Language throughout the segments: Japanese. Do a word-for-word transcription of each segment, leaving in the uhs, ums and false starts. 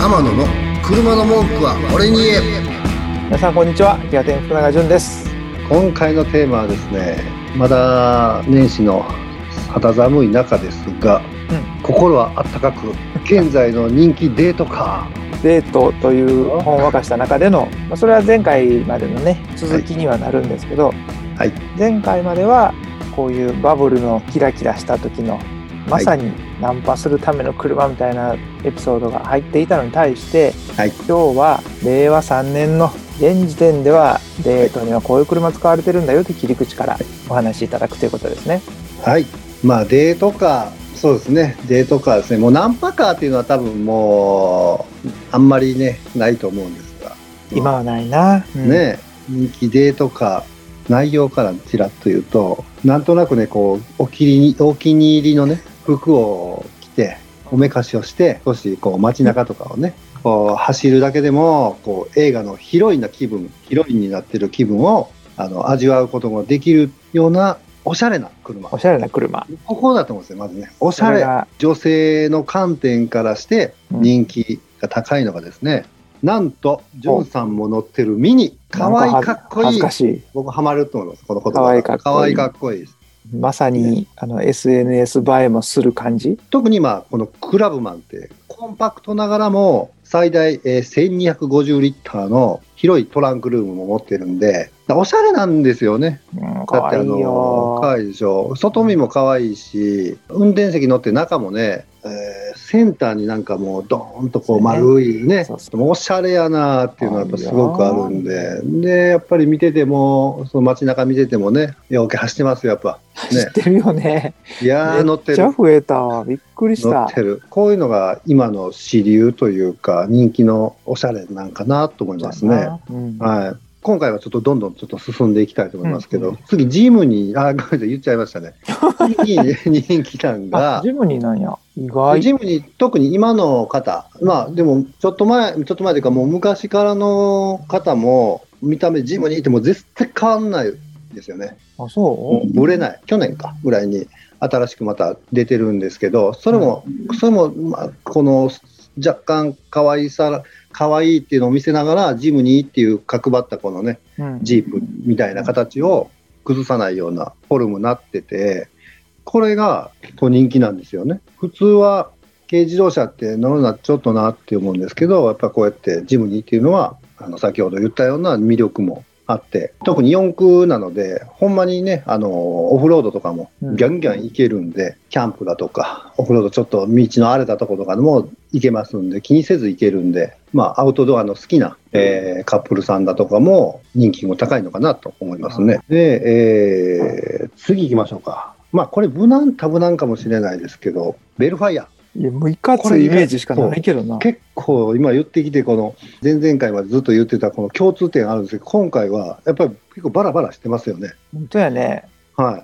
天野の車の文句は俺に言え。 皆さんこんにちは、ギアテン福永潤です。 今回のテーマはですね、まだ年始の肌寒い中ですが、うん、心はあったかく現在の人気デートカーデートという本を沸かした中での、それは前回までのね続きにはなるんですけど、はい、前回まではこういうバブルのキラキラした時のまさにナンパするための車みたいなエピソードが入っていたのに対して、はい、今日はれいわさんねんの現時点ではデートにはこういう車使われてるんだよという切り口からお話しいただくということですね。 はい、まあデートカー、そうですね、デートカーですね。もうナンパカーっていうのは多分もうあんまりねないと思うんですが、 今はないな、 うん、ね、人気デートカー内容からちらっと言うと、なんとなくねこうお気にお気に入りのね服を着ておめかしをして少しこう街中とかをねこう走るだけでもこう映画のヒロインな気分ヒロインになってる気分をあの味わうことができるようなおしゃれな車おしゃれな車ここだと思うんですよ。まずねおしゃれ女性の観点からして人気が高いのがですね、うん、なんとジョンさんも乗ってるミニかわいいかっこいい、 恥ずかしい、 僕ハマると思います。この言葉かわいいかっこいい、 かわいいかっこいいです。 まさに、ね、あの エスエヌエス 映えもする感じ。 特にまあこのクラブマンってコンパクトながらも最大、えー、せんにひゃくごじゅうリッターの広いトランクルームも持ってるんでおしゃれなんですよね、 うん、かわいいよ。 かわいいでしょ。外見もかわいいし、運転席乗って中もね、えー、センターになんかもうドーンとこう丸いね、そうそう、おしゃれやなっていうのはやっぱすごくあるんで、でやっぱり見ててもその街中見ててもね、よく走ってますよやっぱ、 ね、走ってるよね。 いやー乗ってる、 めっちゃ増えた、びっくりした。 乗ってる。こういうのが今の主流というか人気のおしゃれなんかなと思いますね、うん、はい。今回はちょっとどんどんちょっと進んでいきたいと思いますけど、うんうん、次ジムニー、あ、ごめんなさい言っちゃいましたね。次に人気なんがジムニーなんや、意外。 ジムニー特に今の方、まあでもちょっと前ちょっと前というかもう昔からの方も見た目ジムニーってもう絶対変わんないですよね。 あ、そう。 売れない、去年かぐらいに新しくまた出てるんですけど、それも、うん、それもまあこの若干可愛さ可愛いっていうのを見せながらジムニーっていう角張ったこのね、うん、ジープみたいな形を崩さないようなフォルムになってて、これが人気なんですよね。普通は軽自動車って乗るのはちょっとなって思うんですけど、やっぱこうやってジムニーっていうのはあの先ほど言ったような魅力もあって、特によん駆なのでほんまにねあのオフロードとかもギャンギャン行けるんで、うん、キャンプだとかオフロードちょっと道の荒れたところとかでも行けますんで気にせず行けるんで、まあアウトドアの好きな、えー、カップルさんだとかも人気も高いのかなと思いますね。で、えー、次行きましょうか。まあこれ無難多無難かもしれないですけど、ベルファイア。 いやもういかついイメージしかないけどな。 結構今言ってきてこの前々回までずっと言ってたこの共通点あるんですけど、今回はやっぱり結構バラバラしてますよね。 本当やね。 はい。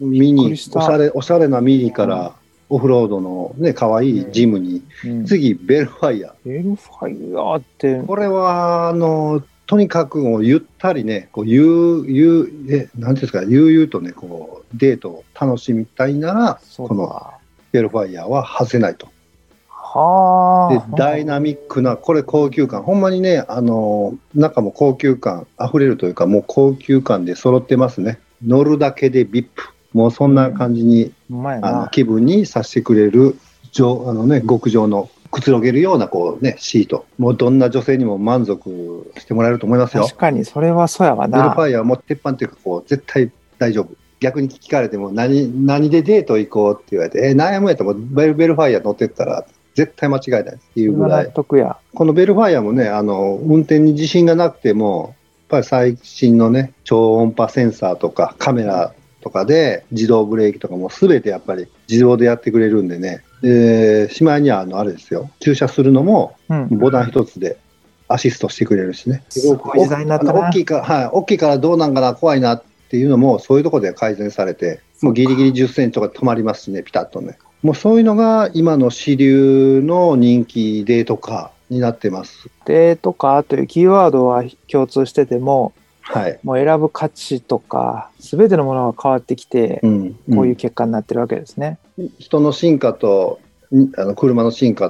ミニおしゃれおしゃれなミニから、うん、オフロードのね可愛いジムに、うん、次ベルファイア。 ベルファイアってこれはあのとにかくもうゆったりねこうゆうゆうえなんていうんですか、悠々とねこうデートを楽しみたいならこのベルファイアは外せないと。 はでダイナミックなこれ高級感、ほんまにねあの中も高級感あふれるというか、もう高級感で揃ってますね。乗るだけで ブイアイピー、 もうそんな感じに、うん、あの気分にさせてくれる上あの、ね、極上のくつろげるようなこう、ね、シート、もうどんな女性にも満足してもらえると思いますよ。 確かにそれはそうやわな。 ベルファイアはもう鉄板というかこう絶対大丈夫。逆に聞かれても 何, 何でデート行こうって言われて、え悩むやったらベルベルファイア乗ってったら絶対間違いないっていうぐらい。 納得や。 このベルファイアもねあの運転に自信がなくてもやっぱり最新のね超音波センサーとかカメラとかで自動ブレーキとかも全てやっぱり自動でやってくれるんでね。でしまいにはあのあれですよ、駐車するのもボタン一つでアシストしてくれるしね、 うん、すごい時代になったな。 大きいか、はい、大きいからどうなんかな怖いなっていうのもそういうところで改善されて、もうギリギリじゅっセンチとか止まりますしね、ピタッとね。もうそういうのが今の主流の人気デートカーになってます。 デートカーというキーワードは共通してても、 はい、 もう選ぶ価値とか全てのものが変わってきて、うんうん、こういう結果になってるわけですね。 人の進化とあの車の進化と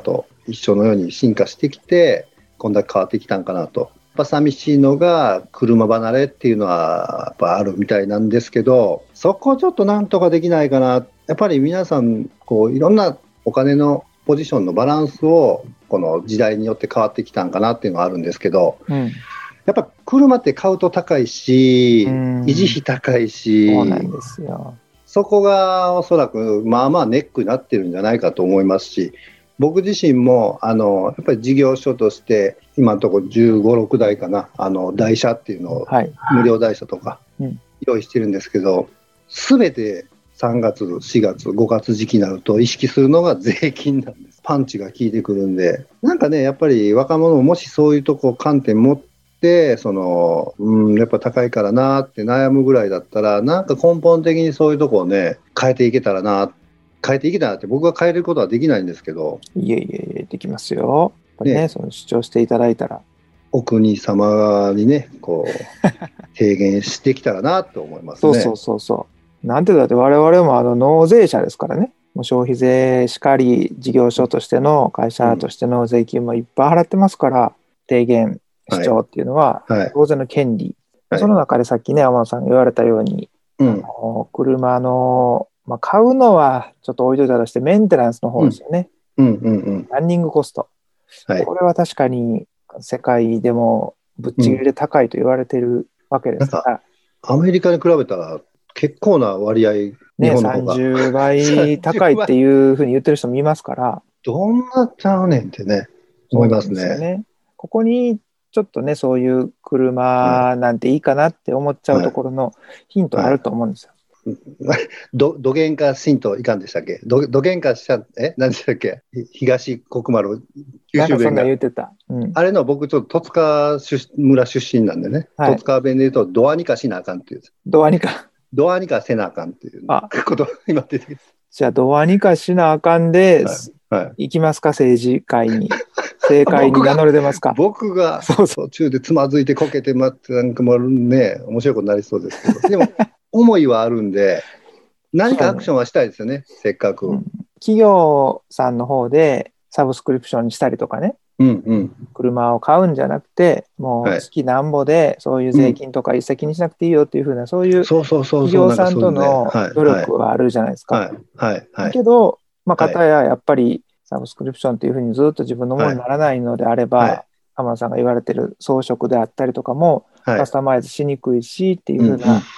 一緒のように進化してきてこんだけ変わってきたんかなと。やっぱ寂しいのが車離れっていうのはやっぱあるみたいなんですけど、そこちょっとなんとかできないかな。やっぱり皆さんこういろんなお金のポジションのバランスをこの時代によって変わってきたんかなっていうのはあるんですけど、うん、やっぱ車って買うと高いし維持費高いし、 そうなんですよ。 そこがおそらくまあまあネックになってるんじゃないかと思いますし、僕自身もあのやっぱり事業所として今のところじゅうご、ろくだいかな、あの台車っていうのを、はい、無料台車とか用意してるんですけど、すべてさんがつ、しがつ、ごがつ時期になると意識するのが税金なんです。パンチが効いてくるんで、なんかねやっぱり若者ももしそういうとこ観点持ってその、うん、やっぱ高いからなって悩むぐらいだったら、なんか根本的にそういうとこをね変えていけたらな、変えていけたらって僕が変えることはできないんですけど、 いえいえいえできますよ。やっぱりね、ね、その主張していただいたらお国様にねこう提言してきたらなと思いますね。 そうそうそうそう。なんてだって我々もあの納税者ですからね。もう消費税しかり事業所としての会社としての税金もいっぱい払ってますから、提言主張っていうのは当然の権利、はいはい、その中でさっきね天野さんが言われたように、うん、あの車の、まあ、買うのはちょっと置いといたとしてメンテナンスの方ですよね、うんうんうんうん、ランニングコスト、はい、これは確かに世界でもぶっちぎりで高いと言われてるわけですから、 うん、アメリカに比べたら結構な割合ね、さんじゅうばい高いっていうふうに言ってる人もいますからどんなちゃうねんってね思いますね。 そうですよね。ここにちょっとねそういう車なんていいかなって思っちゃうところのヒントあると思うんですよ。 はいはい、どどげんか神道いかんでしたっけ、どどげんかしちゃえ何でしたっけ、東国丸九州弁が言ってた、うん、 あれの僕ちょっと戸塚村出身なんでね、はい、戸塚弁で言うとドアにかしなあかんっていう、 ドアにかドアにかせなあかんっていうこと今出てきて、 じゃあドアにかしなあかんで、はいはい、行きますか政治会に政界に名乗れてますか僕が途中でつまずいてこけてまってなんかもうね面白いことになりそうですけどでも思いはあるんで何かアクションはしたいですよね、せっかく、うん、 企業さんの方でサブスクリプションにしたりとかね、うんうん、車を買うんじゃなくてもう月なんぼでそういう税金とか一切気にしなくていいよっていうふうな、そういう企業さんとの努力はあるじゃないですか。だけど、まあ、片ややっぱりサブスクリプションっていうふうにずっと自分のものにならないのであれば、はいはい、浜田さんが言われてる装飾であったりとかもカスタマイズしにくいしっていうふうな、はい、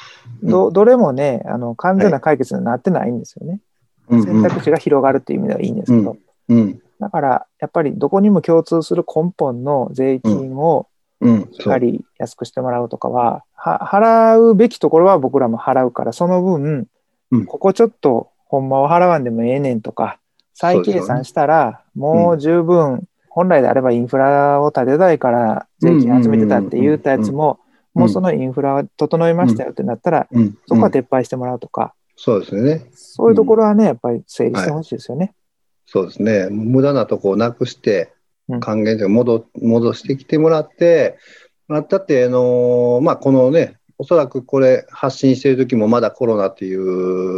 ど, どれもねあの完全な解決になってないんですよね、はい、選択肢が広がるっていう意味ではいいんですけど、うんうん、だからやっぱりどこにも共通する根本の税金をしっかり安くしてもらうとかは、は払うべきところは僕らも払うから、その分、うん、ここちょっとほんまは払わんでもええねんとか再計算したらもう十分、本来であればインフラを立てたいから税金集めてたって言ったやつも、もうそのインフラ整いましたよってなったら、そこは撤廃してもらうとか、 そうですね。 そういうところはねやっぱり整理してほしいですよね。 はい、そうですね。無駄なとこをなくして還元で 戻, 戻してきてもらって、だって、あのーまあ、このねおそらくこれ発信している時もまだコロナっていう、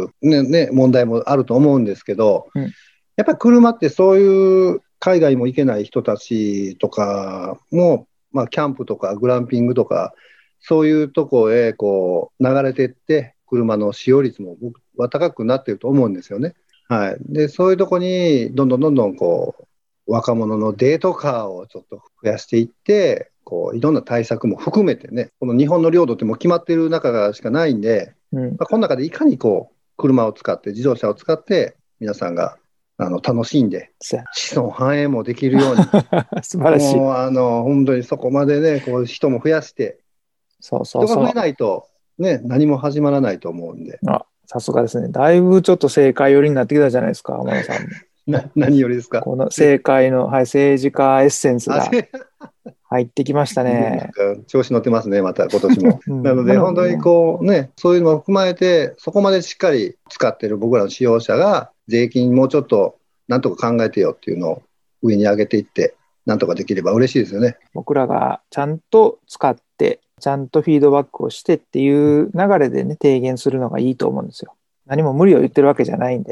ねね、問題もあると思うんですけど、うん、やっぱり車ってそういう海外も行けない人たちとかも、まあ、キャンプとかグランピングとかそういうとこへこう流れていって車の使用率も僕は高くなっていると思うんですよね。はい、でそういうとこにどんどんどんどんこう若者のデートカーをちょっと増やしていってこういろんな対策も含めてね、この日本の領土ってもう決まっている中しかないんで、うんまあ、この中でいかにこう車を使って自動車を使って皆さんがあの楽しんで子孫繁栄もできるように素晴らしい。 もうあの本当にそこまでねこう人も増やしてそうそうそう人が増えないと、ね、何も始まらないと思うんで。 あさすがですね。だいぶちょっと正解寄りになってきたじゃないですか、天野さんも。 な何よりですか。 この正解の、はい、政治家エッセンスが入ってきましたね。 調子乗ってますね、また今年も。うん、なので、本当にこうね、そういうのも踏まえて、そこまでしっかり使ってる僕らの使用者が、税金もうちょっとなんとか考えてよっていうのを上に上げていって、なんとかできれば嬉しいですよね。 僕らがちゃんと使って、ちゃんとフィードバックをしてっていう流れでね、提言するのがいいと思うんですよ。何も無理を言ってるわけじゃないんでね。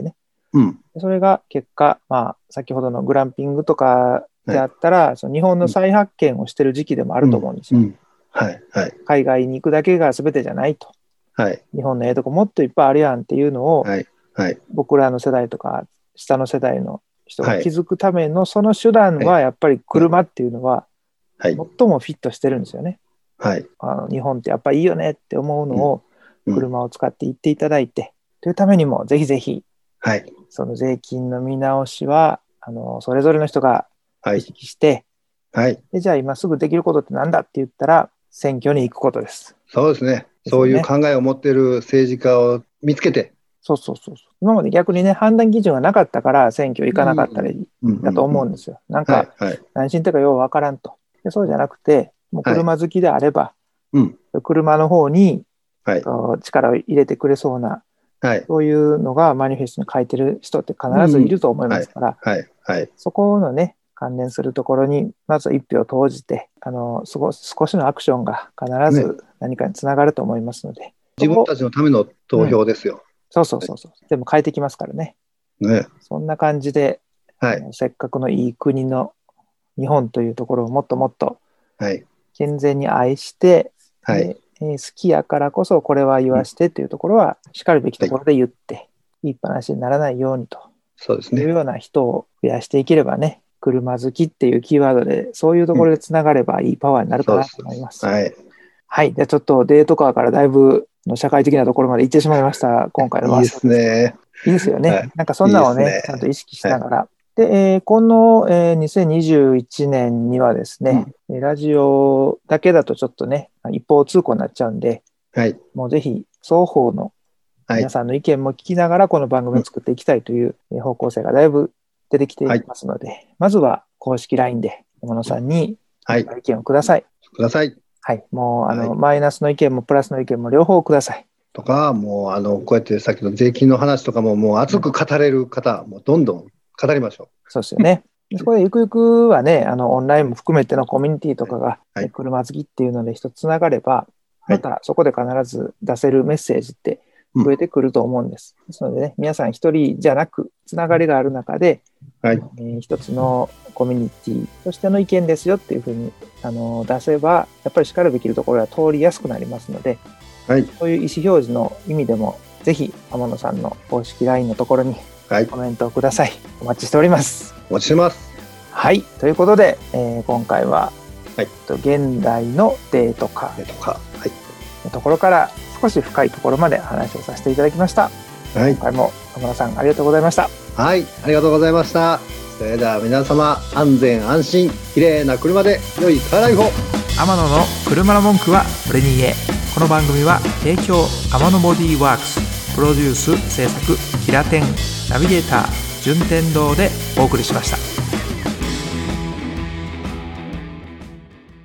うん、 それが結果、まあ、先ほどのグランピングとかであったら、はい、その日本の再発見をしている時期でもあると思うんですよ。 うんうんはいはい、 海外に行くだけが全てじゃないと。はい、日本のええとこもっといっぱいあるやんっていうのを、はいはい、僕らの世代とか下の世代の人が気づくためのその手段はやっぱり車っていうのは最もフィットしてるんですよね。はい、あの日本ってやっぱりいいよねって思うのを車を使って行っていただいて、うん、というためにもぜひぜひ、はい、その税金の見直しはあのそれぞれの人が意識して、はい、でじゃあ今すぐできることってなんだって言ったら選挙に行くことです。 そうですね。そういう考えを持っている政治家を見つけて。 そうそうそうそう。今まで逆にね、判断基準がなかったから選挙行かなかったりだと思うんですよ。なんか、はいはい、何しんとかようわからんと。でそうじゃなくて、もう車好きであれば、はい、車の方に、はい、力を入れてくれそうな、はい、そういうのがマニフェストに書いてる人って必ずいると思いますから、はいはいはい、そこのね、関連するところにまず一票投じて、あの少しのアクションが必ず何かにつながると思いますので、ね、 自分たちのための投票ですよ、うん、 そうそうそうそうでも変えてきますからね。ねそんな感じで、はい、せっかくのいい国の日本というところをもっともっと健全に愛して、はいえー、好きやからこそこれは言わしてというところはしかるべきところで言って、はい、いい話にならないようにとそうですね、 いうような人を増やしていければね、車好きっていうキーワードでそういうところでつながればいいパワーになるかなと思います。うん、はい、はい、じゃあちょっとデートカーからだいぶの社会的なところまで行ってしまいました今回のいいですね。 いいですよね。はい、なんかそんなのをね、いいねちゃんと意識しながら。はい、で、えー、この、えー、にせんにじゅういちねんにはですね、うん、ラジオだけだとちょっとね、一方通行になっちゃうんで、はい、もうぜひ双方の皆さんの意見も聞きながらこの番組を作っていきたいという方向性がだいぶ出てきていますので、はい、まずは公式 ライン で山野さんに意見をください。 ください。 はい、もうあの、はい、マイナスの意見もプラスの意見も両方ください。 とか、もうあのこうやってさっきの税金の話とかももう熱く語れる方、うん、もうどんどん語りましょう。 そうですよね。これゆくゆくはね、あのオンラインも含めてのコミュニティとかが、はい、車好きっていうので一つつながれば、またそこで必ず出せるメッセージって増えてくると思うんです。うん、ですのでね、皆さん一人じゃなくつながりがある中で、はいえー、一つのコミュニティとしての意見ですよっていうふうにあの出せば、やっぱりしかるべきところは通りやすくなりますので、はい、そういう意思表示の意味でもぜひ天野さんの公式 ライン のところにコメントをください。お待ちしております。 お待ちしてます。 はい、ということで、えー、今回は、はい、現代のデートカー、 デートカー、はい、 のところから少し深いところまで話をさせていただきました。はい、今回も天野さんありがとうございました。 はい、ありがとうございました。それでは皆様、安全安心綺麗な車で良いカーライフを。 天野の車の文句は俺に言え。この番組は提供天野ボディーワークス、プロデュース制作平天ナビゲーター順天堂でお送りしました。